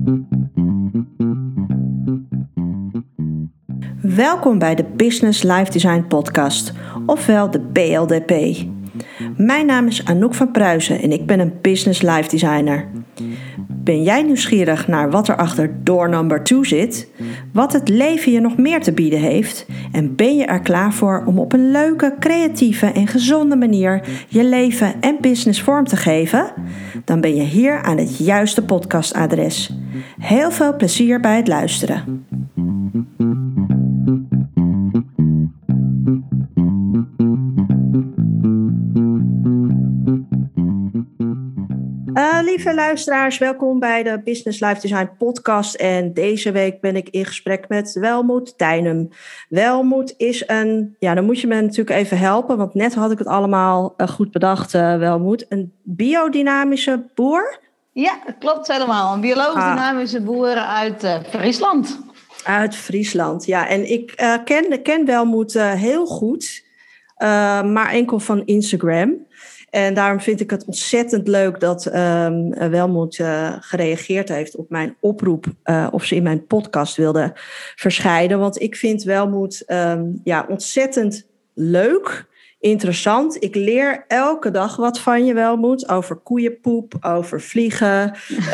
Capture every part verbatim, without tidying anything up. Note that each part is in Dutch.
Welkom bij de Business Life Design Podcast, ofwel de B L D P. Mijn naam is Anouk van Pruisen en ik ben een Business Life Designer. Ben jij nieuwsgierig naar wat er achter door number two zit? Wat het leven je nog meer te bieden heeft? En ben je er klaar voor om op een leuke, creatieve en gezonde manier je leven en business vorm te geven? Dan ben je hier aan het juiste podcastadres. Heel veel plezier bij het luisteren. Uh, lieve luisteraars, welkom bij de Business Life Design podcast. En deze week ben ik in gesprek met Welmoed Tijnum. Welmoed is een, ja, dan moet je me natuurlijk even helpen, want net had ik het allemaal uh, goed bedacht, uh, Welmoed. Een biodynamische boer? Ja, dat klopt helemaal. Een biologisch ah. dynamische boer uit uh, Friesland. Uit Friesland, ja. En ik uh, ken, ken Welmoed uh, heel goed, uh, maar enkel van Instagram. En daarom vind ik het ontzettend leuk dat um, Welmoed uh, gereageerd heeft op mijn oproep uh, of ze in mijn podcast wilde verschijnen. Want ik vind Welmoed um, ja, ontzettend leuk, interessant. Ik leer elke dag wat van je, Welmoed. Over koeienpoep, over vliegen,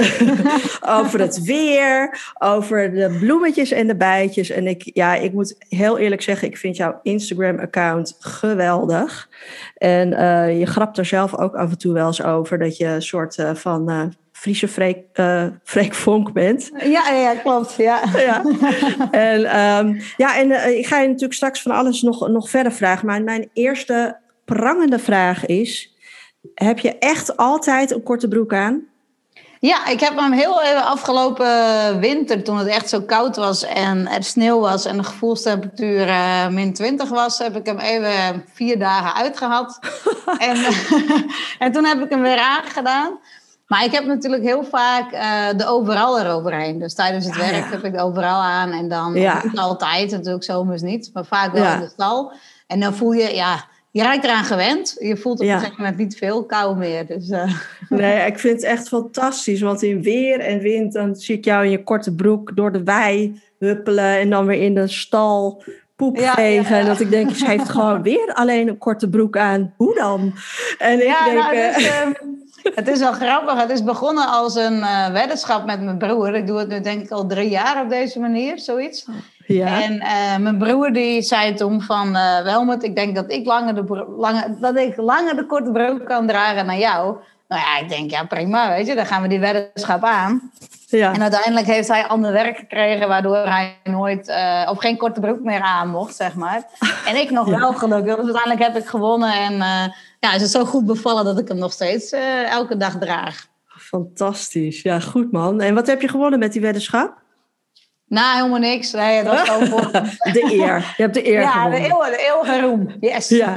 over het weer, over de bloemetjes en de bijtjes. En ik, ja, ik moet heel eerlijk zeggen, ik vind jouw Instagram-account geweldig. En uh, je grapt er zelf ook af en toe wel eens over dat je een soort uh, van uh, Friese Freek, uh, Freek Vonk bent. Ja, ja, klopt. Ja. ja. En, um, ja, en uh, ik ga je natuurlijk straks van alles nog, nog verder vragen. Maar mijn eerste prangende vraag is, heb je echt altijd een korte broek aan? Ja, ik heb hem heel even afgelopen winter, toen het echt zo koud was en er sneeuw was en de gevoelstemperatuur uh, min twintig was, heb ik hem even vier dagen uitgehad. en, en toen heb ik hem weer aangedaan. Maar ik heb natuurlijk heel vaak uh, de overal eroverheen. Dus tijdens het ja, werk ja. heb ik de overal aan en dan ja. niet altijd, natuurlijk zomers niet, maar vaak wel ja. in de stal. En dan voel je, ja... Je raakt eraan gewend. Je voelt op ja. een gegeven moment niet veel kou meer. Dus, uh. Nee, ik vind het echt fantastisch. Want in weer en wind, dan zie ik jou in je korte broek door de wei huppelen. En dan weer in de stal poep ja, vegen. Ja, ja. En dat ik denk, ze heeft gewoon weer alleen een korte broek aan. Hoe dan? En ik ja, denk... Nou, het, is, uh, het is wel grappig. Het is begonnen als een uh, weddenschap met mijn broer. Ik doe het nu denk ik al drie jaar op deze manier, zoiets. Ja. En uh, mijn broer die zei toen van uh, Welmoed, ik denk dat ik langer de, bro- lange, dat ik langer de korte broek kan dragen dan jou. Nou ja, ik denk ja prima, weet je, dan gaan we die weddenschap aan. Ja. En uiteindelijk heeft hij ander werk gekregen, waardoor hij nooit uh, of geen korte broek meer aan mocht, zeg maar. En ik nog ja. wel gelukkig, dus uiteindelijk heb ik gewonnen en uh, ja, is het zo goed bevallen dat ik hem nog steeds uh, elke dag draag. Fantastisch, ja goed man. En wat heb je gewonnen met die weddenschap? Nou, helemaal niks. Nee, dat was gewoon voor... De eer. Je hebt de eer ja, gewonnen. Ja, de, de eeuwige roem. Yes. Ja,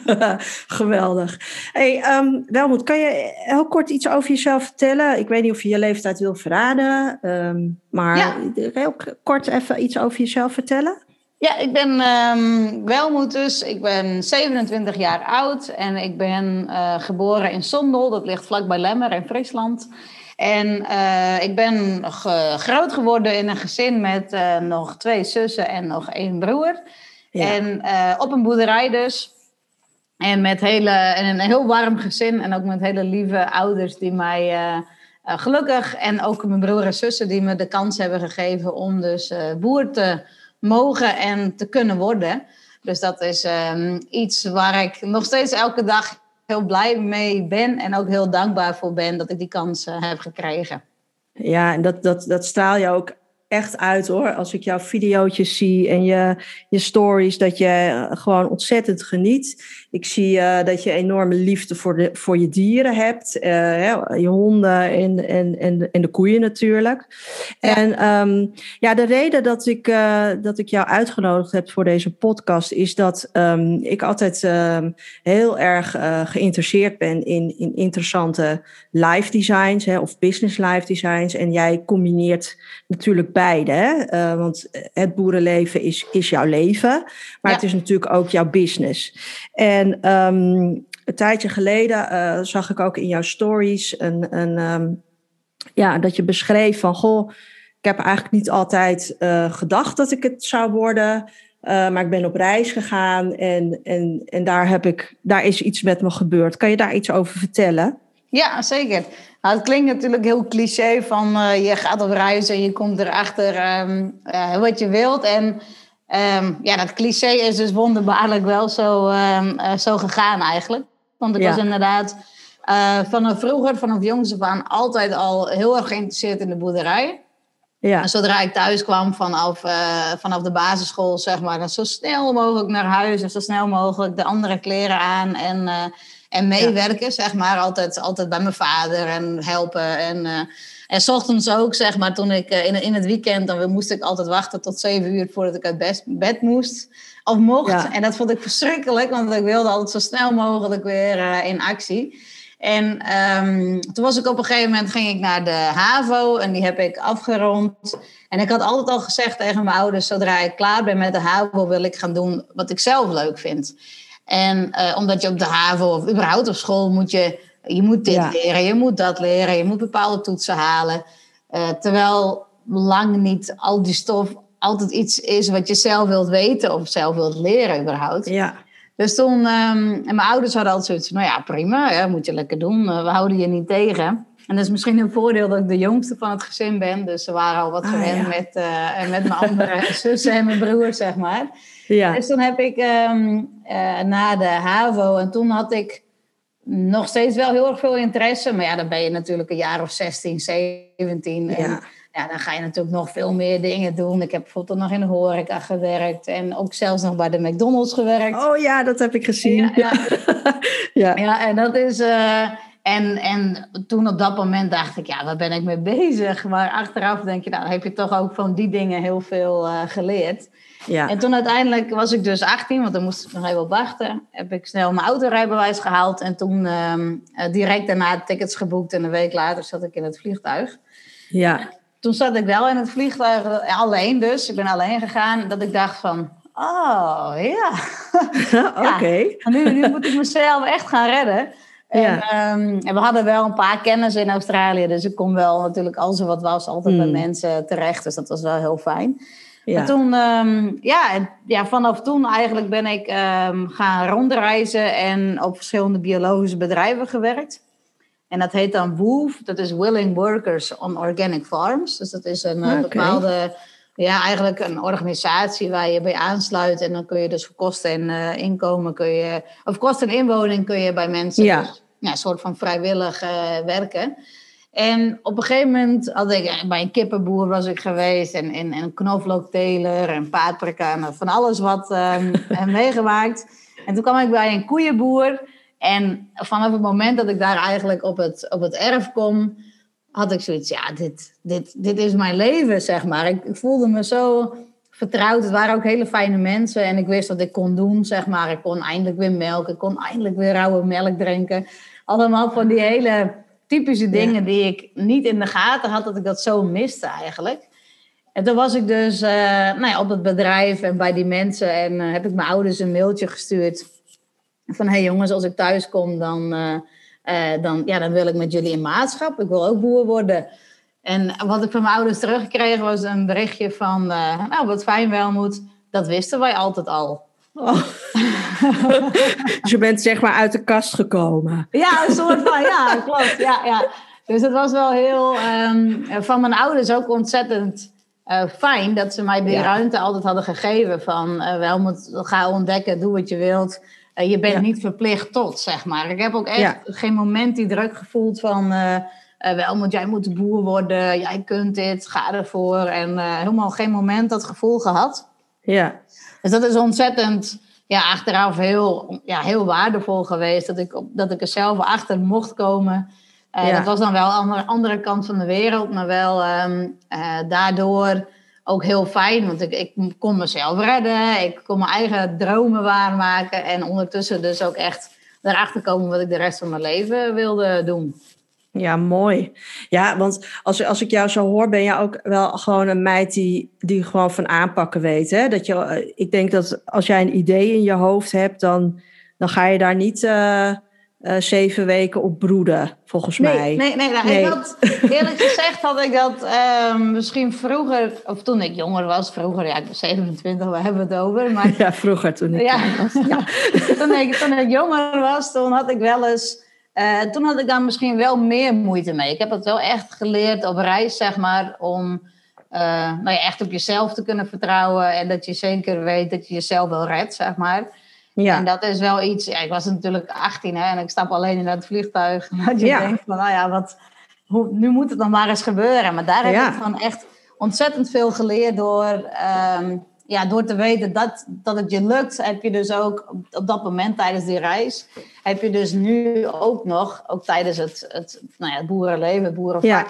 geweldig. Hey, um, Welmoed, kan je heel kort iets over jezelf vertellen? Ik weet niet of je je leeftijd wil verraden, um, maar ja. heel kort even iets over jezelf vertellen? Ja, ik ben um, Welmoed dus. Ik ben zevenentwintig jaar oud en ik ben uh, geboren in Sondel. Dat ligt vlakbij Lemmer in Friesland. En uh, ik ben ge- groot geworden in een gezin met uh, nog twee zussen en nog één broer. Ja. En uh, op een boerderij dus. En met hele, en een heel warm gezin en ook met hele lieve ouders die mij uh, uh, gelukkig... en ook mijn broer en zussen die me de kans hebben gegeven om dus uh, boer te mogen en te kunnen worden. Dus dat is um, iets waar ik nog steeds elke dag... heel blij mee ben en ook heel dankbaar voor ben dat ik die kans uh, heb gekregen. Ja, en dat, dat, dat straal je ook echt uit hoor. Als ik jouw video's zie en je, je stories, dat je gewoon ontzettend geniet. Ik zie uh, dat je enorme liefde voor, de, voor je dieren hebt. Uh, hè, je honden en, en, en, en de koeien natuurlijk. Ja. En um, ja, de reden dat ik, uh, dat ik jou uitgenodigd heb voor deze podcast is dat um, ik altijd um, heel erg uh, geïnteresseerd ben in, in interessante life designs, hè, of business life designs. En jij combineert natuurlijk beide. Hè? Uh, want het boerenleven is, is jouw leven, maar ja. het is natuurlijk ook jouw business. En um, een tijdje geleden uh, zag ik ook in jouw stories een, een, um, ja, dat je beschreef van, goh, ik heb eigenlijk niet altijd uh, gedacht dat ik het zou worden. Uh, maar ik ben op reis gegaan en, en, en daar, heb ik, daar is iets met me gebeurd. Kan je daar iets over vertellen? Ja, zeker. Nou, het klinkt natuurlijk heel cliché van uh, je gaat op reis en je komt erachter um, uh, wat je wilt. En um, ja, dat cliché is dus wonderbaarlijk wel zo, um, uh, zo gegaan eigenlijk. Want ik ja. was inderdaad uh, vanaf vroeger, vanaf jongs af aan, altijd al heel erg geïnteresseerd in de boerderij. Ja. En zodra ik thuis kwam vanaf, uh, vanaf de basisschool, zeg maar, dan zo snel mogelijk naar huis en zo snel mogelijk de andere kleren aan en, uh, en meewerken, ja. zeg maar. Altijd, altijd bij mijn vader en helpen. En, uh, en 's ochtends ook, zeg maar, toen ik uh, in, in het weekend, dan moest ik altijd wachten tot zeven uur voordat ik uit bed, bed moest of mocht. Ja. En dat vond ik verschrikkelijk, want ik wilde altijd zo snel mogelijk weer uh, in actie. En um, toen was ik op een gegeven moment, ging ik naar de HAVO en die heb ik afgerond. En ik had altijd al gezegd tegen mijn ouders, zodra ik klaar ben met de HAVO wil ik gaan doen wat ik zelf leuk vind. En uh, omdat je op de HAVO of überhaupt op school moet je, je moet dit ja. leren, je moet dat leren, je moet bepaalde toetsen halen. Uh, terwijl lang niet al die stof altijd iets is wat je zelf wilt weten of zelf wilt leren überhaupt. Ja. Dus toen, um, en mijn ouders hadden altijd zoiets van, nou ja, prima, ja, moet je lekker doen. Uh, we houden je niet tegen. En dat is misschien een voordeel dat ik de jongste van het gezin ben. Dus ze waren al wat ah, gewend ja. met, uh, met mijn andere zussen en mijn broers, zeg maar. Ja. Dus toen heb ik um, uh, na de HAVO, en toen had ik nog steeds wel heel erg veel interesse. Maar ja, dan ben je natuurlijk een jaar of zestien, zeventien. Ja. En, ja, dan ga je natuurlijk nog veel meer dingen doen. Ik heb bijvoorbeeld nog in de horeca gewerkt. En ook zelfs nog bij de McDonald's gewerkt. Oh ja, dat heb ik gezien. Ja, ja. ja. ja en dat is... Uh, en, en toen op dat moment dacht ik, ja, waar ben ik mee bezig? Maar achteraf denk je, nou, heb je toch ook van die dingen heel veel uh, geleerd. Ja. En toen uiteindelijk was ik dus achttien, want dan moest ik nog even op wachten. Heb ik snel mijn autorijbewijs gehaald. En toen um, uh, direct daarna tickets geboekt. En een week later zat ik in het vliegtuig. Ja. Toen zat ik wel in het vliegtuig, alleen dus. Ik ben alleen gegaan, dat ik dacht van, oh ja. Oké. Okay. Ja, nu, nu moet ik mezelf echt gaan redden. Ja. En, um, en we hadden wel een paar kennissen in Australië. Dus ik kon wel natuurlijk, als er wat was, altijd mm. bij mensen terecht. Dus dat was wel heel fijn. Ja. En toen, um, ja, ja, vanaf toen eigenlijk ben ik um, gaan rondreizen en op verschillende biologische bedrijven gewerkt. En dat heet dan W O F, dat is Willing Workers on Organic Farms. Dus dat is een okay. bepaalde, ja, eigenlijk een organisatie waar je bij aansluit. En dan kun je dus voor kosten en uh, inkomen, kun je, of kosten en inwoning kun je bij mensen ja. Dus, ja, een soort van vrijwillig uh, werken. En op een gegeven moment had ik, bij een kippenboer was ik geweest en, en, en een knoflookteler en paprika en van alles wat um, meegemaakt. En toen kwam ik bij een koeienboer. En vanaf het moment dat ik daar eigenlijk op het, op het erf kom, had ik zoiets, ja, dit, dit, dit is mijn leven, zeg maar. Ik, ik voelde me zo vertrouwd. Het waren ook hele fijne mensen en ik wist wat ik kon doen, zeg maar. Ik kon eindelijk weer melk, ik kon eindelijk weer rauwe melk drinken. Allemaal van die hele typische dingen ja. die ik niet in de gaten had, dat ik dat zo miste eigenlijk. En toen was ik dus uh, nou ja, op het bedrijf en bij die mensen en uh, heb ik mijn ouders een mailtje gestuurd. Van, hé hey jongens, als ik thuis kom, dan, uh, uh, dan, ja, dan wil ik met jullie in maatschap. Ik wil ook boer worden. En wat ik van mijn ouders teruggekregen was een berichtje van, uh, nou, wat fijn Welmoed, dat wisten wij altijd al. Oh. Dus je bent zeg maar uit de kast gekomen. Ja, een soort van, ja, klopt. Ja, ja. Dus het was wel heel, um, van mijn ouders ook ontzettend uh, fijn dat ze mij die ja. ruimte altijd hadden gegeven. Van, uh, Welmoed, ga ontdekken, doe wat je wilt. Uh, je bent ja. niet verplicht tot, zeg maar. Ik heb ook echt ja. geen moment die druk gevoeld van, Uh, uh, Welmoed, jij moet boer worden, jij kunt dit, ga ervoor. En uh, helemaal geen moment dat gevoel gehad. Ja. Dus dat is ontzettend, ja, achteraf heel, ja, heel waardevol geweest. Dat ik, dat ik er zelf achter mocht komen. Uh, ja. Dat was dan wel een andere, andere kant van de wereld. Maar wel um, uh, daardoor ook heel fijn. Want ik, ik kon mezelf redden. Ik kon mijn eigen dromen waarmaken. En ondertussen dus ook echt erachter komen wat ik de rest van mijn leven wilde doen. Ja, mooi. Ja, want als, als ik jou zo hoor, ben je ook wel gewoon een meid die, die gewoon van aanpakken weet. Hè? Dat je, ik denk dat als jij een idee in je hoofd hebt, dan, dan ga je daar niet, uh, uh, zeven weken op broeden, volgens nee, mij. Nee, nee, nou, nee. Ik had, eerlijk gezegd had ik dat uh, misschien vroeger, of toen ik jonger was, vroeger, ja, ik ben zevenentwintig, waar hebben we het over? Maar, ja, vroeger toen ik ja, klein was. Ja. toen, ik, toen ik jonger was, toen had ik wel eens, uh, toen had ik daar misschien wel meer moeite mee. Ik heb het wel echt geleerd op reis, zeg maar, om uh, nou ja, echt op jezelf te kunnen vertrouwen en dat je zeker weet dat je jezelf wel redt, zeg maar. Ja. En dat is wel iets... Ja, ik was natuurlijk achttien, hè, en ik stap alleen in het vliegtuig. Dat je ja. denkt van, nou ja, wat, hoe, nu moet het dan maar eens gebeuren. Maar daar heb ja. ik gewoon echt ontzettend veel geleerd door... Um, ja, door te weten dat, dat het je lukt. Heb je dus ook op, op dat moment tijdens die reis... heb je dus nu ook nog, ook tijdens het, het, nou ja, het boerenleven, het boerenvak... Ja.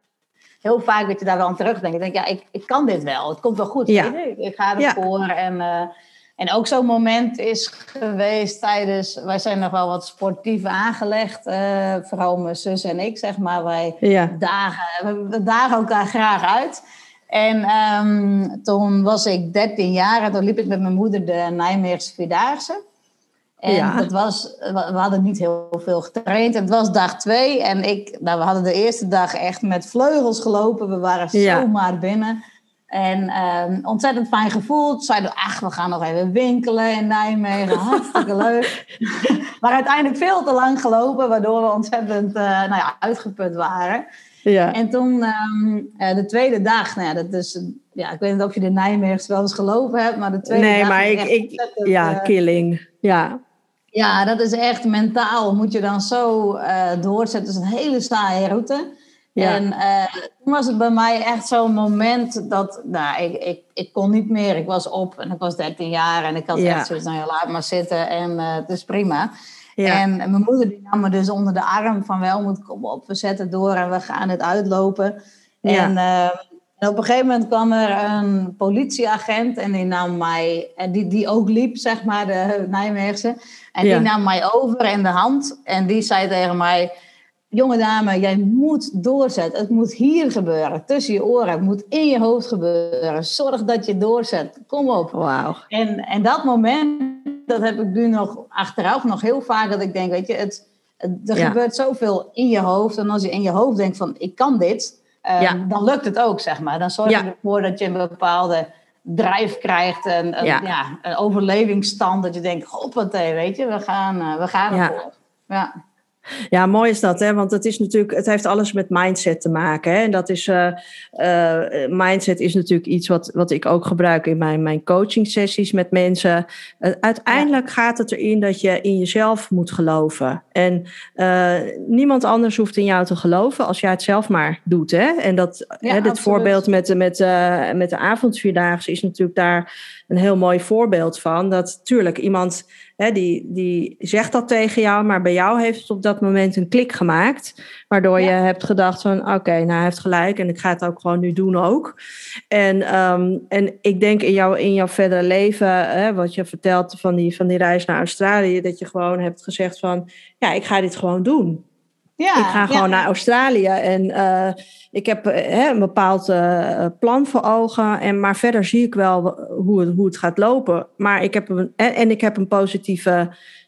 Heel vaak dat je daar wel aan terugdenkt. Ik denk, ja, ik, ik kan dit wel. Het komt wel goed. Ja. Weet je? Ik ga ervoor ja. en... Uh, En ook zo'n moment is geweest tijdens... Wij zijn nog wel wat sportief aangelegd. Uh, vooral mijn zus en ik, zeg maar. Wij ja. dagen, we dagen elkaar graag uit. En um, toen was ik dertien jaar. En toen liep ik met mijn moeder de Nijmeegse Vierdaagse. En ja. dat was, we hadden niet heel veel getraind. Het was dag twee. En ik, nou, we hadden de eerste dag echt met vleugels gelopen. We waren ja. zomaar binnen... En um, ontzettend fijn gevoeld. Toen zeiden we, ach, we gaan nog even winkelen in Nijmegen. Hartstikke leuk. Maar uiteindelijk veel te lang gelopen, waardoor we ontzettend uh, nou ja, uitgeput waren. Ja. En toen um, uh, de tweede dag, nou ja, dat is, ja, ik weet niet of je de Nijmeegers wel eens gelopen hebt, maar de tweede nee, dag... Nee, maar ik, ik ja, uh, killing, ja. Ja, dat is echt mentaal. Moet je dan zo uh, doorzetten. Het is een hele saaie route. Ja. En uh, toen was het bij mij echt zo'n moment dat, nou, ik, ik, ik kon niet meer. Ik was op en ik was dertien jaar en ik had ja. echt zoiets, nou ja, laat maar zitten en uh, het is prima. Ja. En mijn moeder die nam me dus onder de arm van, Welmoed, kom op, we zetten door en we gaan het uitlopen. Ja. En, uh, en op een gegeven moment kwam er een politieagent en die nam mij, en die, die ook liep, zeg maar, de Nijmeegse. En ja. die nam mij over in de hand en die zei tegen mij... Jonge dame, jij moet doorzetten. Het moet hier gebeuren, tussen je oren. Het moet in je hoofd gebeuren. Zorg dat je doorzet. Kom op. Wauw. En, en dat moment, dat heb ik nu nog achteraf nog heel vaak... dat ik denk, weet je, het, het, er ja. gebeurt zoveel in je hoofd. En als je in je hoofd denkt van, ik kan dit... Um, ja. dan lukt het ook, zeg maar. Dan zorg je ja. ervoor dat je een bepaalde drive krijgt. Een, een, ja. Ja, een overlevingsstand. Dat je denkt, hoppatee, weet je, we gaan, uh, we gaan ervoor. Ja. ja. Ja, mooi is dat, hè? Want het is natuurlijk, het heeft alles met mindset te maken. Hè? En dat is, uh, uh, mindset is natuurlijk iets wat, wat ik ook gebruik in mijn, mijn coaching sessies met mensen. Uh, uiteindelijk ja. gaat het erin dat je in jezelf moet geloven. En uh, niemand anders hoeft in jou te geloven als jij het zelf maar doet. Hè? En dat, ja, hè, dit voorbeeld met, met, uh, met de avondvierdaagse is natuurlijk daar een heel mooi voorbeeld van. Dat tuurlijk iemand... He, die, die zegt dat tegen jou, maar bij jou heeft het op dat moment een klik gemaakt. Waardoor ja. je hebt gedacht van, oké, okay, nou hij heeft gelijk en ik ga het ook gewoon nu doen ook. En, um, en ik denk in, jou, in jouw verdere leven, hè, wat je vertelt van die, van die reis naar Australië, dat je gewoon hebt gezegd van, ja, ik ga dit gewoon doen. Ja, ik ga gewoon ja. naar Australië en uh, ik heb uh, een bepaald uh, plan voor ogen. En, maar verder zie ik wel hoe het, hoe het gaat lopen. Maar ik heb een, en, en ik heb een positieve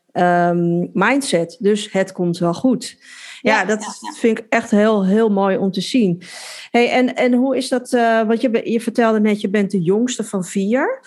um, mindset. Dus het komt wel goed. Ja, ja dat ja, ja. vind ik echt heel, heel mooi om te zien. Hey, en, en hoe is dat? Uh, want je, je vertelde net, je bent de jongste van vier.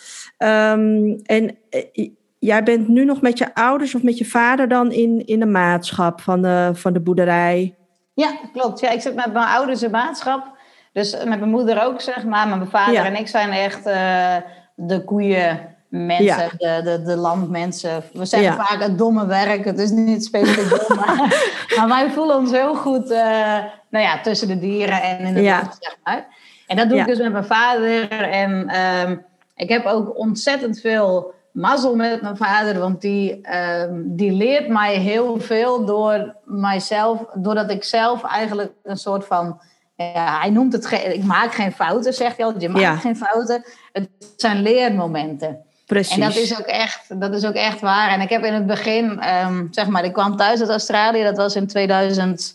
Um, en... Uh, Jij bent nu nog met je ouders of met je vader dan in, in de maatschap van de, van de boerderij? Ja, klopt. Ja, ik zit met mijn ouders in maatschap. Dus met mijn moeder ook, zeg maar. Maar mijn vader ja. en ik zijn echt uh, de koeienmensen, ja. de, de, de landmensen. We zeggen ja. vaak het domme werk. Het is niet specifiek dom. maar, maar wij voelen ons heel goed uh, nou ja, tussen de dieren en in de ja. land, zeg maar. En dat doe ja. ik dus met mijn vader. En um, ik heb ook ontzettend veel... mazzel met mijn vader, want die, um, die leert mij heel veel door mijzelf, doordat ik zelf eigenlijk een soort van, ja, hij noemt het, ge- ik maak geen fouten, zegt hij altijd, je maakt ja. geen fouten, het zijn leermomenten. Precies. En dat is ook echt, dat is ook echt waar. En ik heb in het begin, um, zeg maar, ik kwam thuis uit Australië, dat was in tweeduizend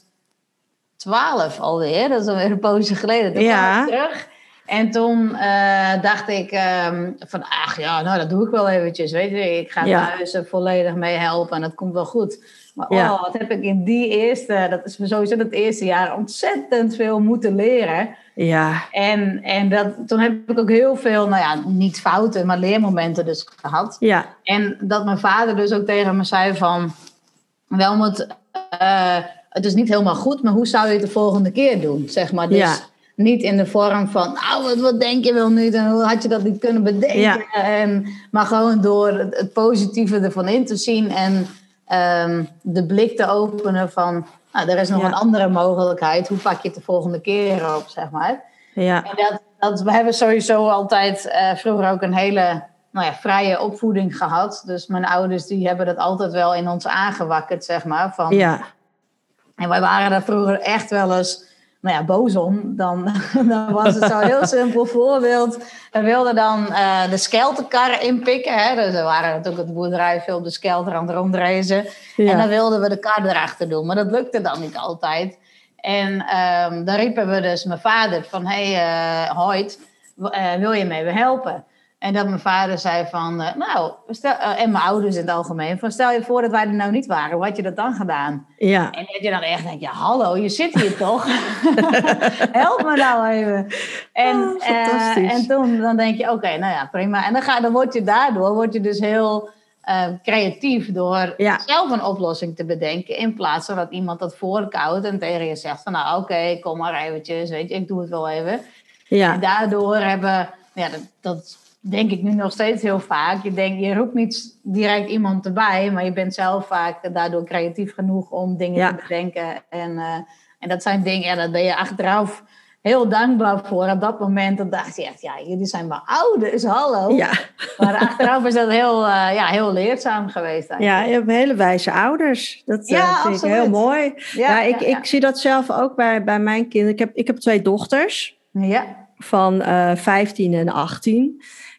twaalf alweer, dat is alweer een poosje geleden, toen ja. kwam ik terug. En toen uh, dacht ik um, van, ach ja, nou dat doe ik wel eventjes, weet je. Ik ga ja. thuis uh, volledig mee helpen en dat komt wel goed. Maar oh, ja. wat heb ik in die eerste, dat is sowieso het eerste jaar, ontzettend veel moeten leren. Ja. En, en dat, toen heb ik ook heel veel, nou ja, niet fouten, maar leermomenten dus gehad. Ja. En dat mijn vader dus ook tegen me zei van, Welmoed, uh, het is niet helemaal goed, maar hoe zou je het de volgende keer doen? Zeg maar, dus ja. niet in de vorm van, nou, wat, wat denk je wel niet en hoe had je dat niet kunnen bedenken? Ja. En, maar gewoon door het, het positieve ervan in te zien en um, de blik te openen van, nou, er is nog ja. een andere mogelijkheid. Hoe pak je het de volgende keer op, zeg maar. Ja. En dat, dat, we hebben sowieso altijd uh, vroeger ook een hele nou ja, vrije opvoeding gehad. Dus mijn ouders die hebben dat altijd wel in ons aangewakkerd, zeg maar. Van, ja. En wij waren daar vroeger echt wel eens nou ja, boos om. Dan, dan was het zo'n heel simpel voorbeeld. We wilden dan uh, de skelterkar inpikken. Hè? Dus we waren natuurlijk op de boerderij veel op de skelter aan het rondreizen. Ja. En dan wilden we de kar erachter doen. Maar dat lukte dan niet altijd. En um, dan riepen we dus mijn vader van, hé, hey, uh, Hoyt, uh, wil je mee helpen? En dat mijn vader zei van, uh, nou, stel, uh, en mijn ouders in het algemeen, van stel je voor dat wij er nou niet waren, hoe had je dat dan gedaan? Ja. En dat je dan echt denkt, ja, hallo, je zit hier toch? Help me nou even. En, oh, fantastisch. Uh, en toen dan denk je, oké, okay, nou ja, prima. En dan, ga, dan word je daardoor, word je dus heel uh, creatief door ja. zelf een oplossing te bedenken, in plaats van dat iemand dat voorkoudt en tegen je zegt van, nou, oké, okay, kom maar eventjes, weet je, ik doe het wel even. Ja. En daardoor hebben, ja, dat, dat denk ik nu nog steeds heel vaak. Je denkt, je roept niet direct iemand erbij, maar je bent zelf vaak daardoor creatief genoeg om dingen ja. te bedenken. En, uh, en dat zijn dingen, ja, daar ben je achteraf heel dankbaar voor. Op dat moment dan dacht je echt, ja, jullie zijn mijn ouders, hallo. Ja. Maar achteraf is dat heel, uh, ja, heel leerzaam geweest eigenlijk. Ja, je hebt hele wijze ouders. Dat ja, uh, vind absoluut. Ik heel mooi. Ja, ja, ik, ja, ja. ik zie dat zelf ook bij, bij mijn kinderen. Ik heb, ik heb twee dochters ja. van uh, vijftien en achttien.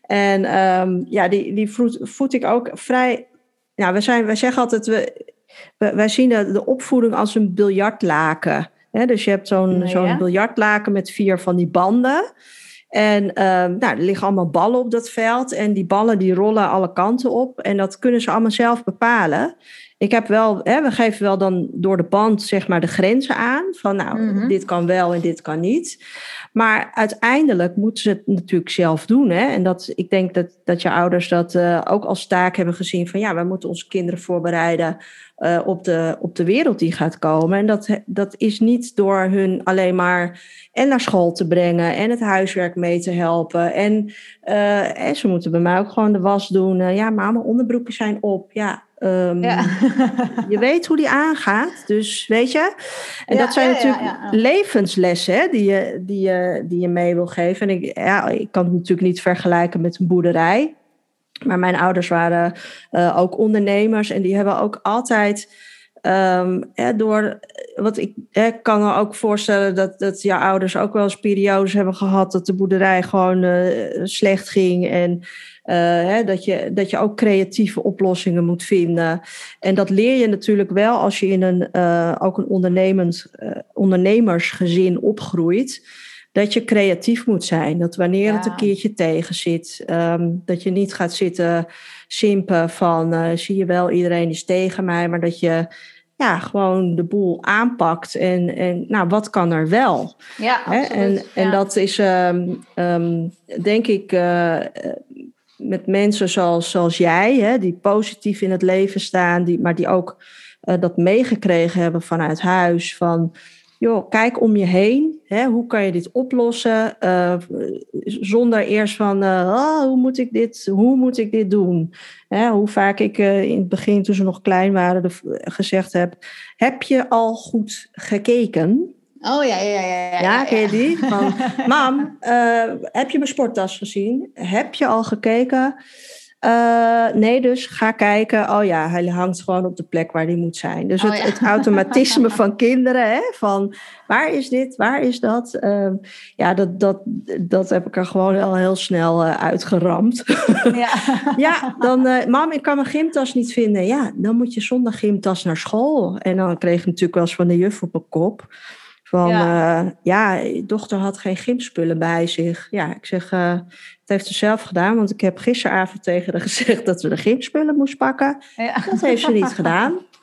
En um, ja, die, die voed, voed ik ook vrij. Nou, we, zijn, we zeggen altijd, we, we, wij zien de, de opvoeding als een biljartlaken. He, dus je hebt zo'n, ja. zo'n biljartlaken met vier van die banden. En um, nou, er liggen allemaal ballen op dat veld. En die ballen die rollen alle kanten op. En dat kunnen ze allemaal zelf bepalen. Ik heb wel, hè, we geven wel dan door de band zeg maar de grenzen aan. Van nou, mm-hmm. dit kan wel en dit kan niet. Maar uiteindelijk moeten ze het natuurlijk zelf doen. Hè? En dat, ik denk dat, dat je ouders dat uh, ook als taak hebben gezien. Van ja, wij moeten onze kinderen voorbereiden uh, op, de, op de wereld die gaat komen. En dat, dat is niet door hun alleen maar en naar school te brengen. En het huiswerk mee te helpen. En, uh, en ze moeten bij mij ook gewoon de was doen. Uh, ja, maar mijn onderbroeken zijn op. Ja. Um, ja. Je weet hoe die aangaat, dus weet je. En ja, dat zijn ja, natuurlijk ja, ja, ja. levenslessen hè, die, je, die, je, die je mee wil geven. En ik, ja, ik kan het natuurlijk niet vergelijken met een boerderij. Maar mijn ouders waren uh, ook ondernemers. En die hebben ook altijd um, ja, door... Wat ik hè, kan me ook voorstellen dat, dat jouw ouders ook wel eens periodes hebben gehad dat de boerderij gewoon uh, slecht ging en... Uh, hè, dat, je, dat je ook creatieve oplossingen moet vinden. En dat leer je natuurlijk wel als je in een, uh, ook een ondernemend, uh, ondernemersgezin opgroeit. Dat je creatief moet zijn. Dat wanneer ja. het een keertje tegen zit. Um, dat je niet gaat zitten simpen van uh, zie je wel, iedereen is tegen mij. Maar dat je ja, gewoon de boel aanpakt. En, en nou, wat kan er wel? Ja, hè? En, ja. en dat is um, um, denk ik... Uh, met mensen zoals, zoals jij, hè, die positief in het leven staan, die, maar die ook uh, dat meegekregen hebben vanuit huis. Van, joh, kijk om je heen. Hè, hoe kan je dit oplossen? Uh, zonder eerst van, uh, oh, hoe moet ik dit, hoe moet ik dit doen? Hè, hoe vaak ik uh, in het begin, toen ze nog klein waren, de, gezegd heb, heb je al goed gekeken? Oh ja, ja, ja. Ja, ja ken je die? Van, mam, uh, heb je mijn sporttas gezien? Heb je al gekeken? Uh, nee, dus ga kijken. Oh ja, hij hangt gewoon op de plek waar hij moet zijn. Dus oh, het, ja. het automatisme van kinderen. Hè, van waar is dit? Waar is dat? Uh, ja, dat, dat, dat heb ik er gewoon al heel snel uh, uitgeramd. Ja, ja dan, uh, mam, ik kan mijn gymtas niet vinden. Ja, dan moet je zonder gymtas naar school. En dan kreeg ik natuurlijk wel eens van de juf op mijn kop. Van, ja. Uh, ja, je dochter had geen gymspullen bij zich. Ja, ik zeg, uh, het heeft ze zelf gedaan. Want ik heb gisteravond tegen haar gezegd dat ze de gymspullen moest pakken. Ja. Dat heeft ze niet gedaan.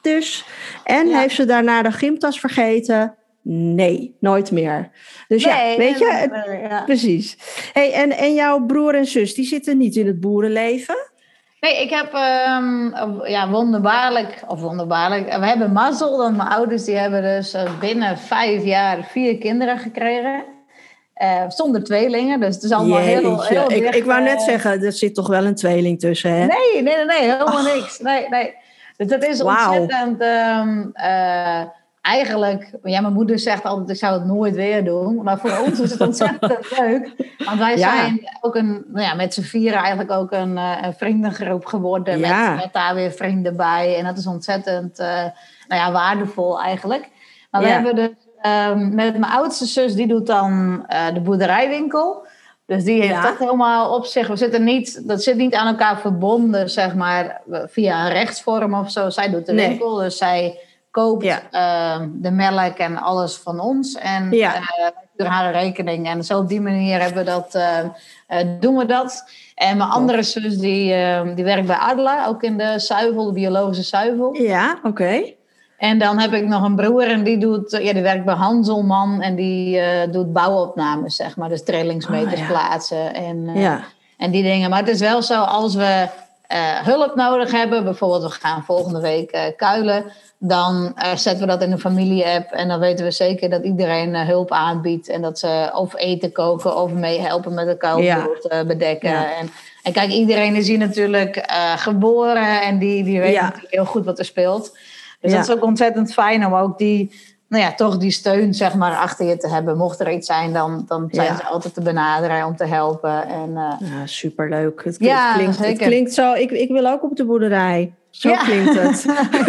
Dus, en ja. heeft ze daarna de gymtas vergeten? Nee, nooit meer. Dus nee, ja, weet je, het, meer, ja. precies. Hey, en, en jouw broer en zus, die zitten niet in het boerenleven? Nee, ik heb um, ja, wonderbaarlijk, of wonderbaarlijk, we hebben mazzel, want mijn ouders die hebben dus binnen vijf jaar vier kinderen gekregen. Uh, zonder tweelingen, dus het is allemaal Jeetje. heel, heel dicht. Ik, ik wou net zeggen, er zit toch wel een tweeling tussen, hè? Nee, nee, nee, nee helemaal oh. niks. Nee, nee. Dus dat is wow. ontzettend... Um, uh, eigenlijk, ja, mijn moeder zegt altijd, ik zou het nooit weer doen. Maar voor ons is het ontzettend leuk. Want wij ja. zijn ook een, nou ja, met z'n vieren eigenlijk ook een, een vriendengroep geworden. Ja. Met, met daar weer vrienden bij. En dat is ontzettend uh, nou ja, waardevol eigenlijk. Maar ja. we hebben dus um, met mijn oudste zus, die doet dan uh, de boerderijwinkel. Dus die heeft ja. dat helemaal op zich. We zitten niet, dat zit niet aan elkaar verbonden, zeg maar, via een rechtsvorm of zo. Zij doet de nee. winkel, dus zij koopt ja. uh, de melk en alles van ons. En ja. uh, door haar rekening. En zo op die manier hebben we dat, uh, uh, doen we dat. En mijn andere zus, die, uh, die werkt bij Adela, ook in de zuivel, de biologische zuivel. Ja, oké. Okay. En dan heb ik nog een broer en die, doet, uh, ja, die werkt bij Hanselman. En die uh, doet bouwopnames, zeg maar. Dus trillingsmeters oh, ja. plaatsen en, uh, ja. en die dingen. Maar het is wel zo, als we uh, hulp nodig hebben. Bijvoorbeeld, we gaan volgende week uh, kuilen. Dan uh, zetten we dat in een familie-app. En dan weten we zeker dat iedereen uh, hulp aanbiedt. En dat ze of eten koken of meehelpen met de kuilboord ja. uh, bedekken. Ja. En, en kijk, iedereen is hier natuurlijk uh, geboren. En die, die weet ja. natuurlijk heel goed wat er speelt. Dus ja. dat is ook ontzettend fijn om ook die, nou ja, toch die steun zeg maar achter je te hebben. Mocht er iets zijn, dan, dan zijn ja. ze altijd te benaderen om te helpen. En, uh, ja, superleuk. Het klinkt, ja, klinkt, het klinkt zo. Ik, ik wil ook op de boerderij. Zo ja. klinkt het.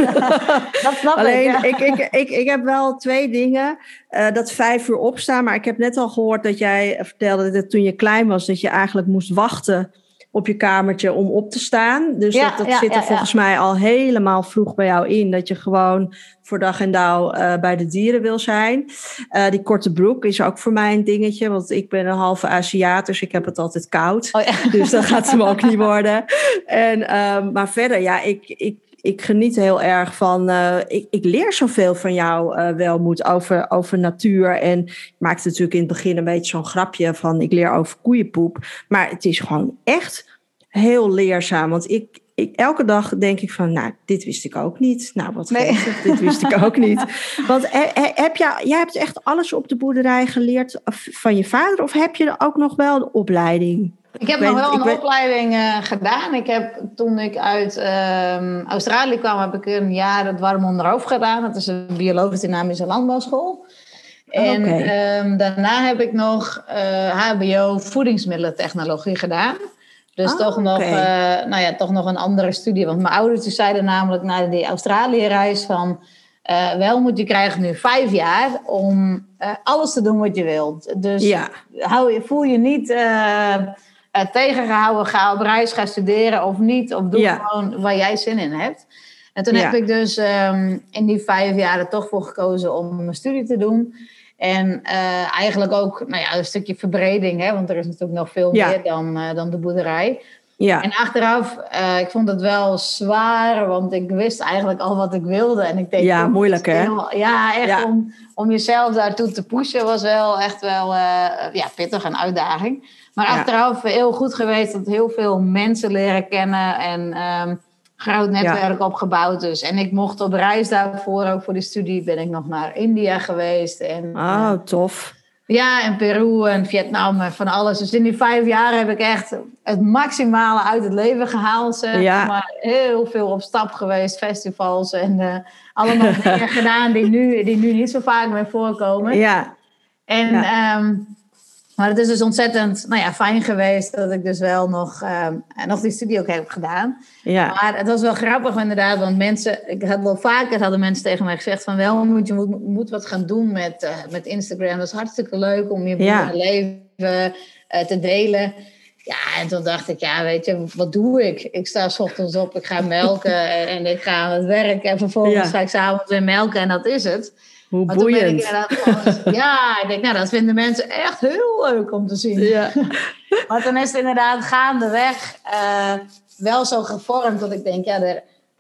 Dat snap Alleen, ik, ja. ik, ik, ik. Ik heb wel twee dingen. Uh, dat vijf uur opstaan. Maar ik heb net al gehoord dat jij vertelde dat toen je klein was, dat je eigenlijk moest wachten op je kamertje om op te staan. Dus ja, dat, dat ja, zit er ja, volgens ja. mij al helemaal vroeg bij jou in. Dat je gewoon voor dag en dauw uh, bij de dieren wil zijn. Uh, die korte broek is ook voor mij een dingetje. Want ik ben een halve Aziat, dus ik heb het altijd koud. Oh, ja. Dus dat gaat hem ook niet worden. En, uh, maar verder, ja, ik... ik Ik geniet heel erg van... Uh, ik, ik leer zoveel van jou, uh, Welmoed, over, over natuur. En ik maakte natuurlijk in het begin een beetje zo'n grapje van... ik leer over koeienpoep. Maar het is gewoon echt heel leerzaam. Want ik, ik, elke dag denk ik van... nou, dit wist ik ook niet. Nou, wat nee. geeft het? Dit wist ik ook niet. Want he, he, heb jij, jij hebt echt alles op de boerderij geleerd van je vader? Of heb je ook nog wel de opleiding? Ik heb ik nog weet, wel een weet... opleiding uh, gedaan. Ik heb, toen ik uit uh, Australië kwam, heb ik een jaar het warm onderhoofd gedaan. Dat is een biologisch-dynamische landbouwschool. En okay. um, daarna heb ik nog uh, H B O voedingsmiddelentechnologie gedaan. Dus oh, toch, nog, okay. uh, nou ja, toch nog een andere studie. Want mijn ouders die zeiden namelijk na die Australië-reis van... Uh, Welmoed, je krijgt nu vijf jaar om uh, alles te doen wat je wilt. Dus ja. hou je, voel je niet... Uh, Uh, tegengehouden, ga op reis, ga studeren of niet. Of doe ja. gewoon waar jij zin in hebt. En toen ja. heb ik dus um, in die vijf jaar er toch voor gekozen om mijn studie te doen. En uh, eigenlijk ook nou ja, een stukje verbreding. Hè, want er is natuurlijk nog veel ja. meer dan, uh, dan de boerderij. Ja. En achteraf, uh, ik vond het wel zwaar. Want ik wist eigenlijk al wat ik wilde. En ik denk, ja, moeilijk hè? Heel, ja, echt ja. Om, om jezelf daartoe te pushen was wel echt wel uh, ja, pittig, een uitdaging. Maar ja. achteraf heel goed geweest dat heel veel mensen leren kennen en um, groot netwerk ja. opgebouwd. Dus. En ik mocht op reis daarvoor, ook voor de studie, ben ik nog naar India geweest. En, oh, uh, tof. Ja, en Peru en Vietnam en van alles. Dus in die vijf jaar heb ik echt het maximale uit het leven gehaald. Zeg. Ja. Maar heel veel op stap geweest, festivals en uh, allemaal dingen gedaan die nu, die nu niet zo vaak meer voorkomen. Ja. En... Ja. Um, Maar het is dus ontzettend nou ja, fijn geweest dat ik dus wel nog, uh, nog die studie ook heb gedaan. Ja. Maar het was wel grappig inderdaad, want mensen, ik had wel vaker hadden mensen tegen mij gezegd van wel moet je moet, moet wat gaan doen met, uh, met Instagram. Dat is hartstikke leuk om je ja. leven uh, te delen. Ja, en toen dacht ik, ja, weet je, wat doe ik? Ik sta 's ochtends op, ik ga melken en, en ik ga aan het werk. En vervolgens ja. ga ik 's avonds weer melken en dat is het. Hoe maar boeiend. Toen ben ik gewoon, ja, ik denk, nou, dat vinden mensen echt heel leuk om te zien. Ja. Maar toen is het inderdaad gaandeweg uh, wel zo gevormd dat ik denk, ja, er,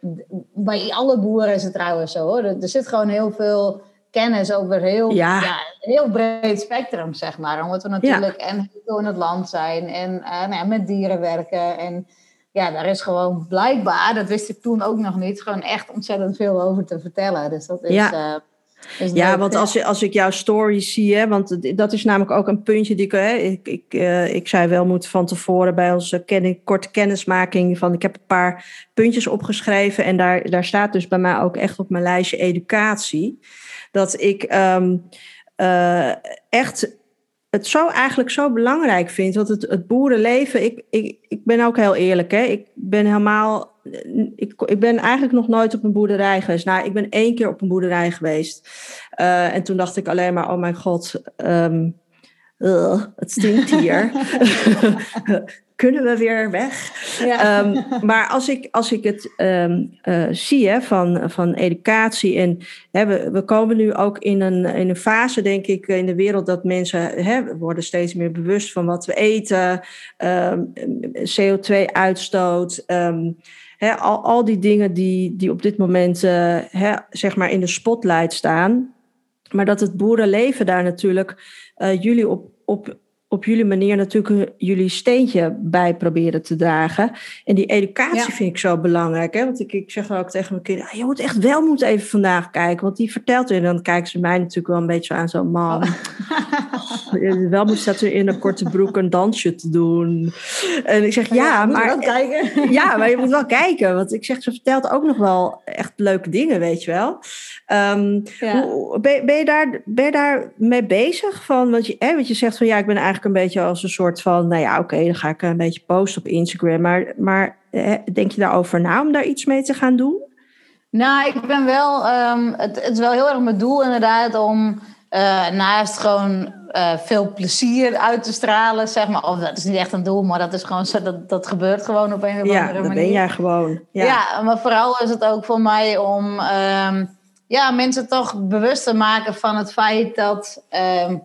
bij alle boeren is het trouwens zo hoor. Er, er zit gewoon heel veel kennis over heel, Ja. ja, heel breed spectrum, zeg maar. Omdat we natuurlijk ja. en heel veel in het land zijn en uh, nou ja, met dieren werken. En ja, daar is gewoon blijkbaar, dat wist ik toen ook nog niet, gewoon echt ontzettend veel over te vertellen. Dus dat is... Ja. Uh, Ja, want als, je, als ik jouw stories zie, hè, want dat is namelijk ook een puntje die ik, hè, ik, ik, uh, ik zei wel moet van tevoren bij onze ken, korte kennismaking van ik heb een paar puntjes opgeschreven en daar, daar staat dus bij mij ook echt op mijn lijstje educatie. Dat ik um, uh, echt het zo eigenlijk zo belangrijk vind, want het, het boerenleven, ik, ik, ik ben ook heel eerlijk, hè, ik ben helemaal... Ik, ik ben eigenlijk nog nooit op een boerderij geweest. Nou, ik ben één keer op een boerderij geweest. Uh, en toen dacht ik alleen maar, oh mijn god, um, uh, het stinkt hier. Kunnen we weer weg? Ja. Um, maar als ik, als ik het um, uh, zie hè, van, van educatie... en hè, we, we komen nu ook in een, in een fase, denk ik, in de wereld... dat mensen hè, worden steeds meer bewust van wat we eten... Um, C O twee uitstoot... Um, He, al, al die dingen die, die op dit moment uh, he, zeg maar in de spotlight staan. Maar dat het boerenleven daar natuurlijk uh, jullie op, op, op jullie manier natuurlijk jullie steentje bij proberen te dragen. En die educatie ja. vind ik zo belangrijk. Hè? Want ik, ik zeg ook tegen mijn kinderen, ah, je moet echt wel moeten even vandaag kijken. Want die vertelt er. En dan kijken ze mij natuurlijk wel een beetje aan zo, man. Oh. Wel moet staat er in een korte broek een dansje te doen. En ik zeg, ja, ja maar... Wel kijken. Ja, maar je moet wel kijken. Want ik zeg, ze vertelt ook nog wel echt leuke dingen, weet je wel. Um, ja. hoe, ben, ben, je daar, ben je daar mee bezig? Van, want, je, hè, want je zegt van, ja, ik ben eigenlijk een beetje als een soort van... Nou ja, oké, okay, dan ga ik een beetje posten op Instagram. Maar, maar hè, denk je daarover na om daar iets mee te gaan doen? Nou, ik ben wel... Um, het, het is wel heel erg mijn doel inderdaad om... Uh, naast gewoon uh, veel plezier uit te stralen, zeg maar. Of dat is niet echt een doel, maar dat is gewoon zo, dat, dat gebeurt gewoon op een of andere ja, manier. Ja, dat ben jij gewoon. Ja. ja, maar vooral is het ook voor mij om um, ja, mensen toch bewust te maken van het feit dat um,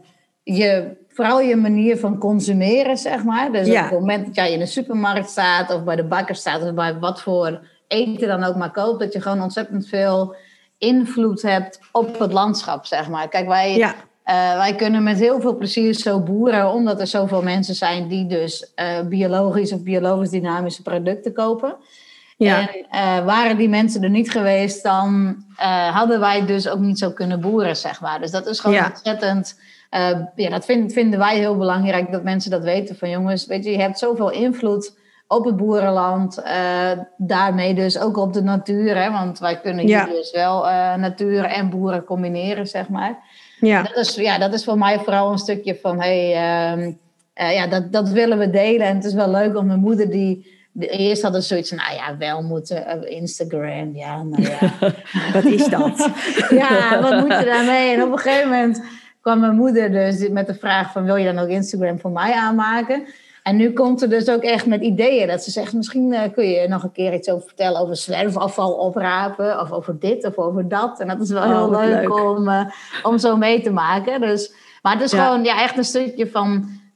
je vooral je manier van consumeren, zeg maar. Dus ja. op het moment dat jij in de supermarkt staat of bij de bakker staat of bij wat voor eten dan ook maar koopt, dat je gewoon ontzettend veel invloed hebt op het landschap, zeg maar. Kijk, wij, ja. uh, wij kunnen met heel veel plezier zo boeren, omdat er zoveel mensen zijn die dus uh, biologisch of biologisch dynamische producten kopen. Ja. En uh, waren die mensen er niet geweest, dan uh, hadden wij dus ook niet zo kunnen boeren, zeg maar. Dus dat is gewoon ja. ontzettend... Uh, ja, dat vind, vinden wij heel belangrijk, dat mensen dat weten. Van jongens, weet je, je hebt zoveel invloed op het boerenland, uh, daarmee dus ook op de natuur. Hè? Want wij kunnen hier ja. dus wel uh, natuur en boeren combineren, zeg maar. Ja. Dat is, ja, dat is voor mij vooral een stukje van, hey, uh, uh, ja, dat, dat willen we delen. En het is wel leuk om mijn moeder die... De, eerst hadden ze zoiets van, nou ja, wel moeten uh, Instagram, ja, nou ja. Wat is dat? Ja, wat moet je daarmee? En op een gegeven moment kwam mijn moeder dus met de vraag van, wil je dan ook Instagram voor mij aanmaken? En nu komt ze dus ook echt met ideeën. Dat ze zegt, misschien uh, kun je nog een keer iets over vertellen over zwerfafval oprapen. Of over dit of over dat. En dat is wel oh, heel leuk, leuk. Om, uh, om zo mee te maken. Dus, maar het is ja. gewoon ja, echt een stukje van...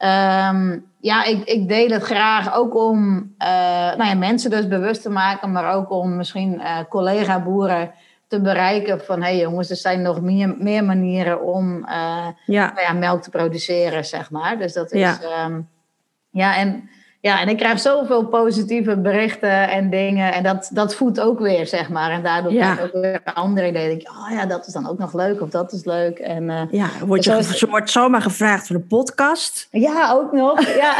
Um, ja, ik, ik deel het graag ook om uh, nou ja, mensen dus bewust te maken. Maar ook om misschien uh, collega-boeren te bereiken van... hé hey jongens, er zijn nog meer, meer manieren om uh, ja. Nou ja, melk te produceren, zeg maar. Dus dat is... Ja. Um, Ja en, ja, en ik krijg zoveel positieve berichten en dingen. En dat, dat voedt ook weer, zeg maar. En daardoor ja. krijg ik ook weer andere ideeën. Dan denk ik, oh ja, dat is dan ook nog leuk. Of dat is leuk. En, uh, ja, word je zo ge- wordt zomaar gevraagd voor een podcast. Ja, ook nog. Ja.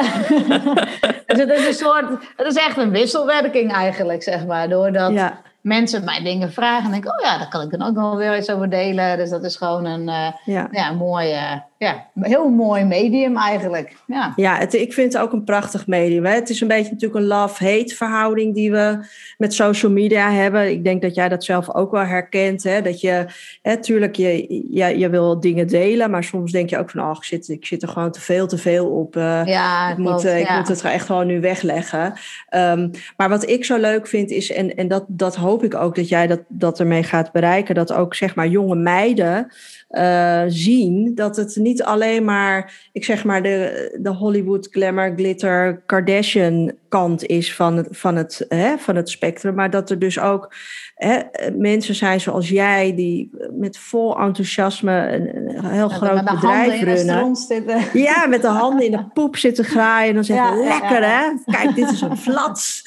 Dus het is een soort... Het is echt een wisselwerking eigenlijk, zeg maar. Doordat... Ja. mensen mij dingen vragen en denk oh ja, daar kan ik dan ook nog weer iets over delen. Dus dat is gewoon een uh, ja. Ja, mooi, uh, ja, heel mooi medium eigenlijk. Ja, ja het, ik vind het ook een prachtig medium. Hè. Het is een beetje natuurlijk een love-hate verhouding die we met social media hebben. Ik denk dat jij dat zelf ook wel herkent. Hè. Dat je, hè, tuurlijk, je, je, je wil dingen delen, maar soms denk je ook van, oh, ik zit, ik zit er gewoon te veel, te veel op. Uh, ja, ik moet, uh, ik ja. moet het echt gewoon nu wegleggen. Um, maar wat ik zo leuk vind is, en, en dat, dat hoop ik ook dat jij dat, dat ermee gaat bereiken, dat ook zeg maar jonge meiden uh, zien dat het niet niet alleen maar, ik zeg maar, de, de Hollywood glamour, glitter, Kardashian kant is van het, van het, hè, van het spectrum. Maar dat er dus ook hè, mensen zijn zoals jij, die met vol enthousiasme een, een heel ja, groot bedrijf runnen. Ja, met de handen in de poep zitten graaien. En dan zeggen ja, lekker ja, ja. hè, kijk, dit is een flats.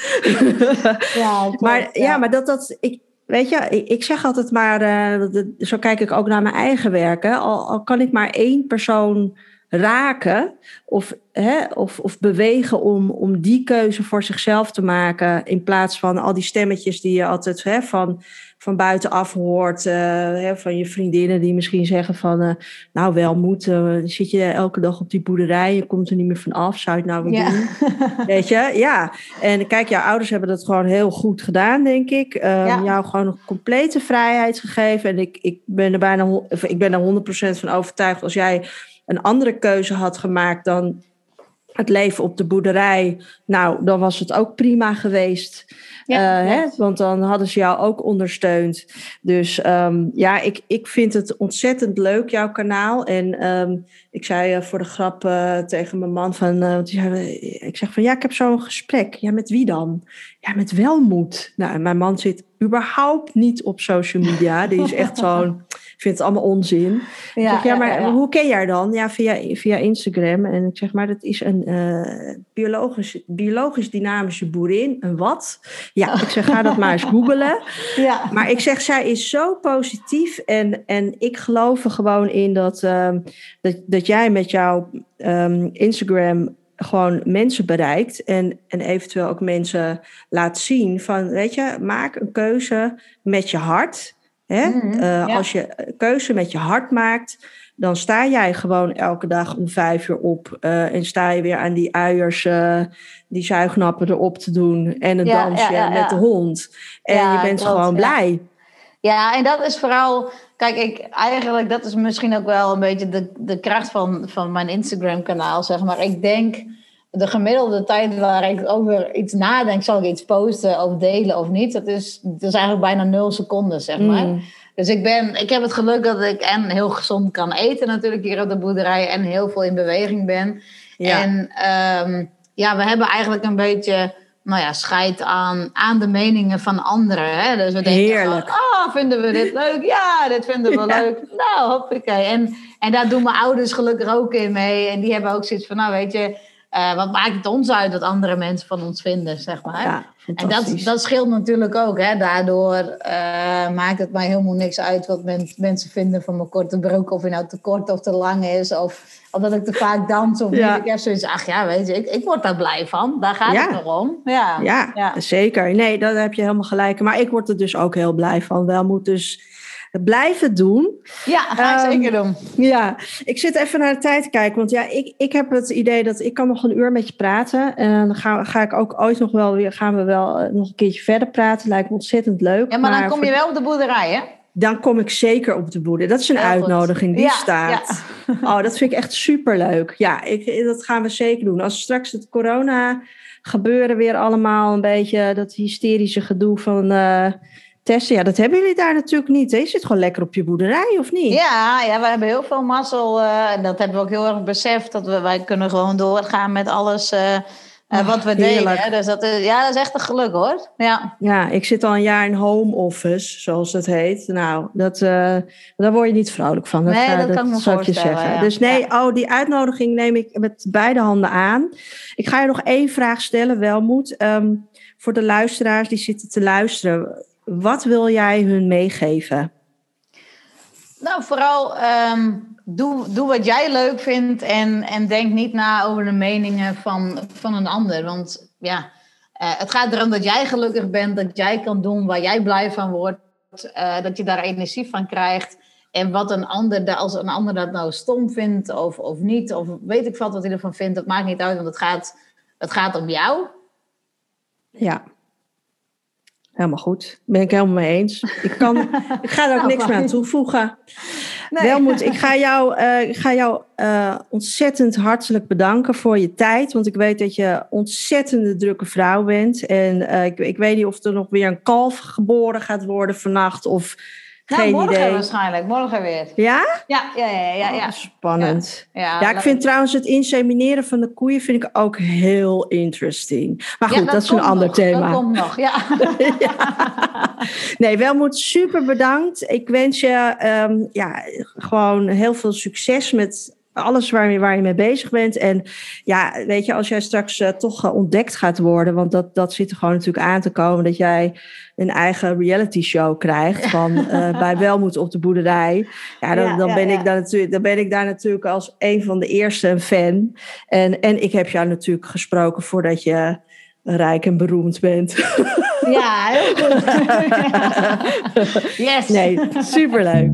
Ja, klopt, maar ja, ja, maar dat dat... Ik, Weet je, ik zeg altijd maar, uh, zo kijk ik ook naar mijn eigen werken. Al, al kan ik maar één persoon raken of, hè, of, of bewegen om, om die keuze voor zichzelf te maken. In plaats van al die stemmetjes die je altijd hè, van, van buitenaf hoort. Uh, hè, van je vriendinnen die misschien zeggen van, uh, nou Welmoed, uh, zit je elke dag op die boerderij, je komt er niet meer van af, zou je het nou wel ja. doen? Weet je, ja. En kijk, jouw ouders hebben dat gewoon heel goed gedaan, denk ik. Um, ja. Jou gewoon een complete vrijheid gegeven. En ik, ik ben er bijna, of ik ben er honderd procent van overtuigd, als jij een andere keuze had gemaakt dan het leven op de boerderij, nou, dan was het ook prima geweest. Ja, uh, hè? Want dan hadden ze jou ook ondersteund. Dus um, ja, ik, ik vind het ontzettend leuk, jouw kanaal. En um, ik zei uh, voor de grap uh, tegen mijn man van, uh, die zei, ik zeg van, ja, ik heb zo'n gesprek. Ja, met wie dan? Ja, met Welmoed. Nou, en mijn man zit überhaupt niet op social media. Die is echt zo'n, vindt het allemaal onzin. Ja, ik zeg, ja, maar ja, ja. hoe ken jij haar dan? Ja, via, via Instagram. En ik zeg, maar dat is een uh, biologisch, biologisch dynamische boerin. Een wat? Ja, ik zeg, ga dat maar eens googlen. Ja. Maar ik zeg, zij is zo positief. En, en ik geloof er gewoon in dat, um, dat, dat jij met jouw um, Instagram gewoon mensen bereikt. En, en eventueel ook mensen laat zien van, weet je, maak een keuze met je hart. Hè? Mm-hmm, uh, ja. Als je een keuze met je hart maakt, dan sta jij gewoon elke dag om vijf uur op. Uh, en sta je weer aan die uiers, uh, die zuignappen erop te doen. En een ja, dansje ja, ja, met ja. de hond. En ja, je bent klopt, gewoon blij. Ja. ja, en dat is vooral... Kijk, ik, eigenlijk, dat is misschien ook wel een beetje de, de kracht van, van mijn Instagram-kanaal, zeg maar. Ik denk, de gemiddelde tijd waar ik over iets nadenk, zal ik iets posten of delen of niet. Dat is, dat is eigenlijk bijna nul seconden, zeg maar. Mm. Dus ik, ben, ik heb het geluk dat ik en heel gezond kan eten natuurlijk hier op de boerderij en heel veel in beweging ben. Ja. En um, ja, we hebben eigenlijk een beetje... nou ja, scheid aan, aan de meningen van anderen. Hè? Dus we denken Heerlijk. Van, oh, vinden we dit leuk? Ja, dit vinden we ja. leuk. Nou, hoppakee. En, en daar doen mijn ouders gelukkig ook in mee. En die hebben ook zoiets van, nou weet je... Uh, wat maakt het ons uit wat andere mensen van ons vinden, zeg maar. Ja, en dat, dat scheelt natuurlijk ook. Hè? Daardoor uh, maakt het mij helemaal niks uit wat men, mensen vinden van mijn korte broek. Of hij nou te kort of te lang is. Of, of dat ik te vaak dans of ja. niet. Ik heb zoiets, ach ja, weet je, ik, ik word daar blij van. Daar gaat ja. het erom. Ja. Ja, ja, zeker. Nee, daar heb je helemaal gelijk. Maar ik word er dus ook heel blij van. Welmoed dus... blijven doen. Ja, ga ik um, zeker doen. Ja, ik zit even naar de tijd te kijken. Want ja, ik, ik heb het idee dat ik kan nog een uur met je praten. En dan ga, ga ik ook ooit nog wel weer, gaan we wel uh, nog een keertje verder praten. Lijkt me ontzettend leuk. Ja, maar, maar dan kom je wel op de boerderij, hè? Dan kom ik zeker op de boerderij. Dat is een ja, uitnodiging, die ja, staat. Ja. Oh, dat vind ik echt superleuk. Ja, ik, dat gaan we zeker doen. Als straks het corona gebeuren weer allemaal een beetje dat hysterische gedoe van... Uh, testen, ja, dat hebben jullie daar natuurlijk niet. Hè? Je zit gewoon lekker op je boerderij, of niet? Ja, ja, we hebben heel veel mazzel. Uh, en dat hebben we ook heel erg beseft. Dat we, wij kunnen gewoon doorgaan met alles uh, uh, oh, wat we delen. Hè? Dus dat is, ja, dat is echt een geluk, hoor. Ja, ja, ik zit al een jaar in home office, zoals het heet. Nou, dat, uh, daar word je niet vrolijk van. Dat, nee, uh, dat, dat kan ik me zou ik je zeggen. Ja. Dus nee, ja. oh, die uitnodiging neem ik met beide handen aan. Ik ga je nog één vraag stellen, Welmoed. Um, voor de luisteraars die zitten te luisteren... Wat wil jij hun meegeven? Nou, vooral um, doe, doe wat jij leuk vindt en, en denk niet na over de meningen van, van een ander. Want ja, uh, het gaat erom dat jij gelukkig bent, dat jij kan doen waar jij blij van wordt. Uh, dat je daar energie van krijgt. En wat een ander, als een ander dat nou stom vindt of, of niet, of weet ik wat wat hij ervan vindt, dat maakt niet uit, want het gaat, het gaat om jou. Ja. Helemaal goed. Ben ik helemaal mee eens. Ik, kan, ik ga er ook niks meer aan toevoegen. Nee. Welmoed, ik ga jou, uh, ik ga jou uh, ontzettend hartelijk bedanken voor je tijd. Want ik weet dat je ontzettende drukke vrouw bent. En uh, ik, ik weet niet of er nog weer een kalf geboren gaat worden vannacht. Of Geen nou, morgen idee. waarschijnlijk, morgen weer. Ja? Ja, ja, ja, ja. ja. Oh, spannend. Ja, ja, ja, ik vind trouwens het insemineren van de koeien vind ik ook heel interesting. Maar goed, ja, dat, dat is een ander nog, thema. Dat komt nog, ja. ja. Nee, Welmoed, super bedankt. Ik wens je um, ja, gewoon heel veel succes met alles waar je, waar je mee bezig bent. En ja, weet je, als jij straks uh, toch uh, ontdekt gaat worden, want dat, dat zit er gewoon natuurlijk aan te komen, dat jij een eigen reality show krijgt van uh, bij Welmoed op de boerderij. Ja, dan, ja, dan, ben ja, ik ja. Daar natuurlijk, dan ben ik daar natuurlijk als een van de eerste een fan. En, en ik heb jou natuurlijk gesproken voordat je rijk en beroemd bent. Ja, heel goed. Yes. Nee, superleuk.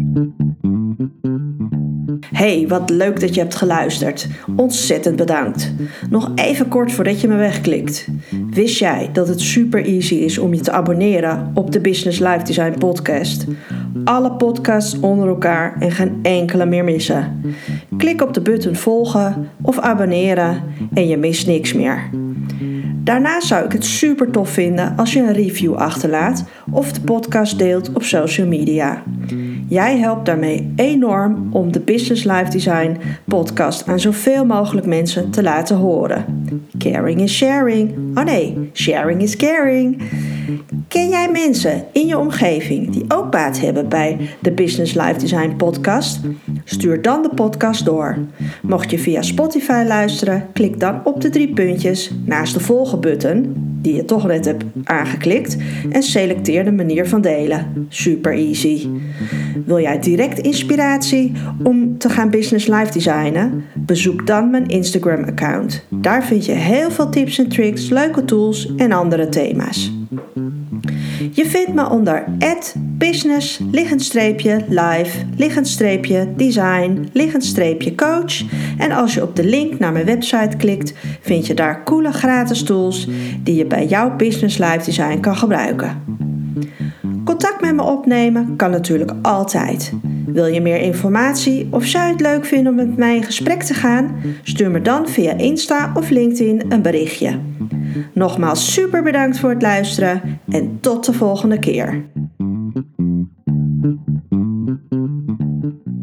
Hey, wat leuk dat je hebt geluisterd. Ontzettend bedankt. Nog even kort voordat je me wegklikt. Wist jij dat het super easy is om je te abonneren op de Business Life Design podcast? Alle podcasts onder elkaar en geen enkele meer missen. Klik op de button volgen of abonneren en je mist niks meer. Daarnaast zou ik het super tof vinden als je een review achterlaat of de podcast deelt op social media. Jij helpt daarmee enorm om de Business Life Design podcast aan zoveel mogelijk mensen te laten horen. Caring is sharing. Oh nee, sharing is caring. Ken jij mensen in je omgeving die ook baat hebben bij de Business Life Design podcast? Stuur dan de podcast door. Mocht je via Spotify luisteren, klik dan op de drie puntjes naast de volgen-button, die je toch net hebt aangeklikt, en selecteer de manier van delen. Super easy. Wil jij direct inspiratie om te gaan business life designen? Bezoek dan mijn Instagram account. Daar vind je heel veel tips en tricks, leuke tools en andere thema's. Je vindt me onder at business, live, design, coach. En als je op de link naar mijn website klikt, vind je daar coole gratis tools die je bij jouw business life design kan gebruiken. Contact met me opnemen kan natuurlijk altijd. Wil je meer informatie of zou je het leuk vinden om met mij in gesprek te gaan? Stuur me dan via Insta of LinkedIn een berichtje. Nogmaals super bedankt voor het luisteren en tot de volgende keer.